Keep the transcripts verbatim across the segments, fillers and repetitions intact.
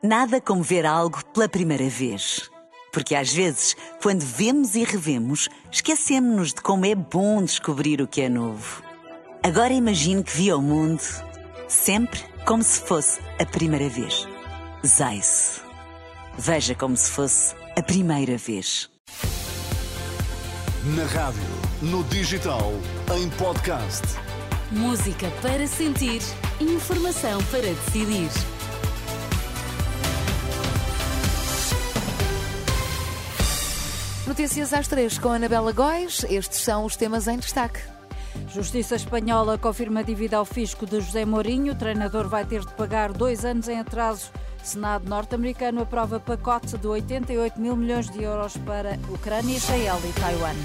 Nada como ver algo pela primeira vez. Porque às vezes, quando vemos e revemos, esquecemos-nos de como é bom descobrir o que é novo. Agora imagine que viu o mundo sempre como se fosse a primeira vez. Zais. Veja como se fosse a primeira vez. Na rádio, no digital, em podcast. Música para sentir, informação para decidir. Notícias às três com Anabela Góes. Estes são os temas em destaque. Justiça espanhola confirma dívida ao fisco de José Mourinho. O treinador vai ter de pagar dois anos em atraso. Senado norte-americano aprova pacote de oitenta e oito mil milhões de euros para Ucrânia, Israel e Taiwan.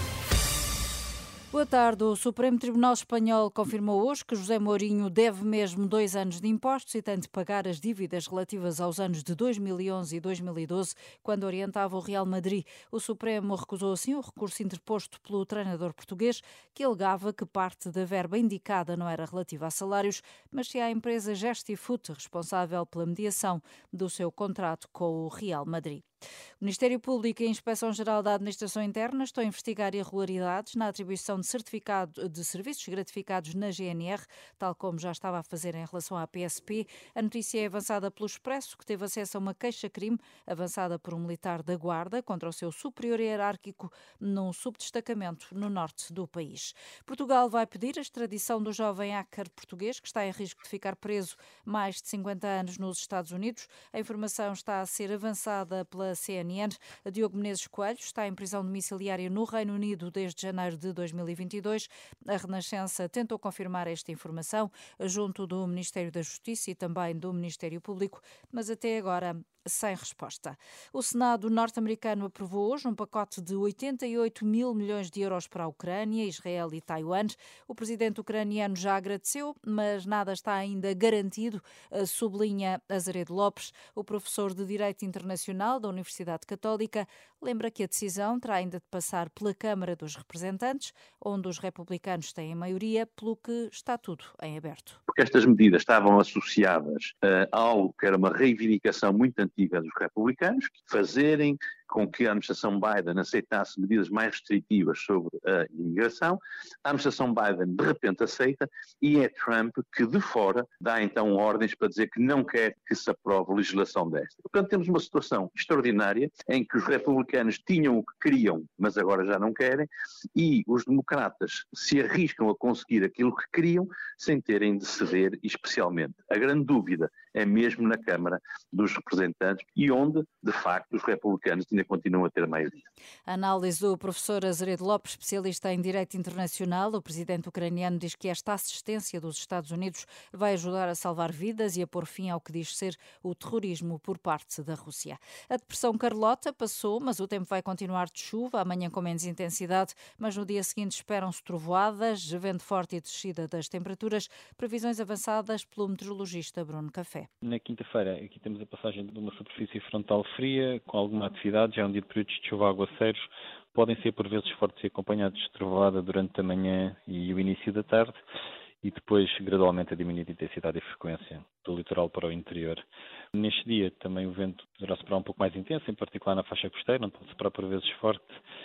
Boa tarde. O Supremo Tribunal Espanhol confirmou hoje que José Mourinho deve mesmo dois anos de impostos e tem de pagar as dívidas relativas aos anos de dois mil e onze e dois mil e doze, quando orientava o Real Madrid. O Supremo recusou assim o recurso interposto pelo treinador português, que alegava que parte da verba indicada não era relativa a salários, mas sim à empresa Gestifoot, responsável pela mediação do seu contrato com o Real Madrid. O Ministério Público e a Inspeção-Geral da Administração Interna estão a investigar irregularidades na atribuição de certificado de serviços gratificados na G N R, tal como já estava a fazer em relação à P S P. A notícia é avançada pelo Expresso, que teve acesso a uma queixa-crime avançada por um militar da Guarda contra o seu superior hierárquico num subdestacamento no norte do país. Portugal vai pedir a extradição do jovem hacker português, que está em risco de ficar preso mais de cinquenta anos nos Estados Unidos. A informação está a ser avançada pela C N N. Diogo Menezes Coelho está em prisão domiciliária no Reino Unido desde janeiro de dois mil e vinte e dois. A Renascença tentou confirmar esta informação junto do Ministério da Justiça e também do Ministério Público, mas até agora sem resposta. O Senado norte-americano aprovou hoje um pacote de oitenta e oito mil milhões de euros para a Ucrânia, Israel e Taiwan. O presidente ucraniano já agradeceu, mas nada está ainda garantido, sublinha Azeredo Lopes. O professor de Direito Internacional da Universidade Católica lembra que a decisão terá ainda de passar pela Câmara dos Representantes, onde os republicanos têm a maioria, pelo que está tudo em aberto. Porque estas medidas estavam associadas uh, a algo que era uma reivindicação muito antiga dos republicanos, fazerem com que a administração Biden aceitasse medidas mais restritivas sobre a imigração. A administração Biden de repente aceita e é Trump que de fora dá então ordens para dizer que não quer que se aprove legislação desta. Portanto, temos uma situação extraordinária em que os republicanos tinham o que queriam, mas agora já não querem, e os democratas se arriscam a conseguir aquilo que queriam sem terem de ceder, especialmente. A grande dúvida é mesmo na Câmara dos Representantes e onde, de facto, os republicanos ainda continuam a ter a maioria. A análise do professor Azeredo Lopes, especialista em Direito Internacional. O presidente ucraniano diz que esta assistência dos Estados Unidos vai ajudar a salvar vidas e a pôr fim ao que diz ser o terrorismo por parte da Rússia. A depressão Carlota passou, mas o tempo vai continuar de chuva, amanhã com menos intensidade, mas no dia seguinte esperam-se trovoadas, vento forte e descida das temperaturas, previsões avançadas pelo meteorologista Bruno Café. Na quinta-feira aqui temos a passagem de uma superfície frontal fria, com alguma atividade, já é um dia de períodos de chuva, aguaceiros, podem ser por vezes fortes e acompanhados de trovoada durante a manhã e o início da tarde, e depois gradualmente a diminuir de intensidade e frequência do litoral para o interior. Neste dia também o vento poderá soprar um pouco mais intenso, em particular na faixa costeira, onde pode soprar por vezes forte,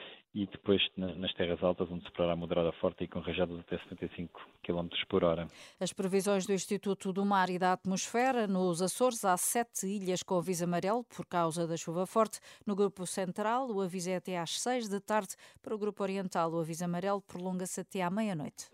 e depois nas terras altas, onde soprará moderada forte e com rajadas até setenta e cinco quilómetros por hora. As previsões do Instituto do Mar e da Atmosfera: nos Açores há sete ilhas com aviso amarelo por causa da chuva forte. No Grupo Central, o aviso é até às seis da tarde. Para o Grupo Oriental, o aviso amarelo prolonga-se até à meia-noite.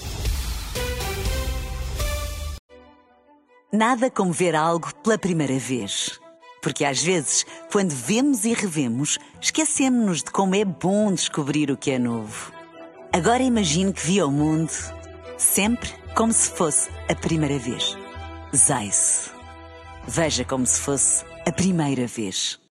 Nada como ver algo pela primeira vez. Porque às vezes, quando vemos e revemos, esquecemos-nos de como é bom descobrir o que é novo. Agora imagine que viu o mundo sempre como se fosse a primeira vez. Zais. Veja como se fosse a primeira vez.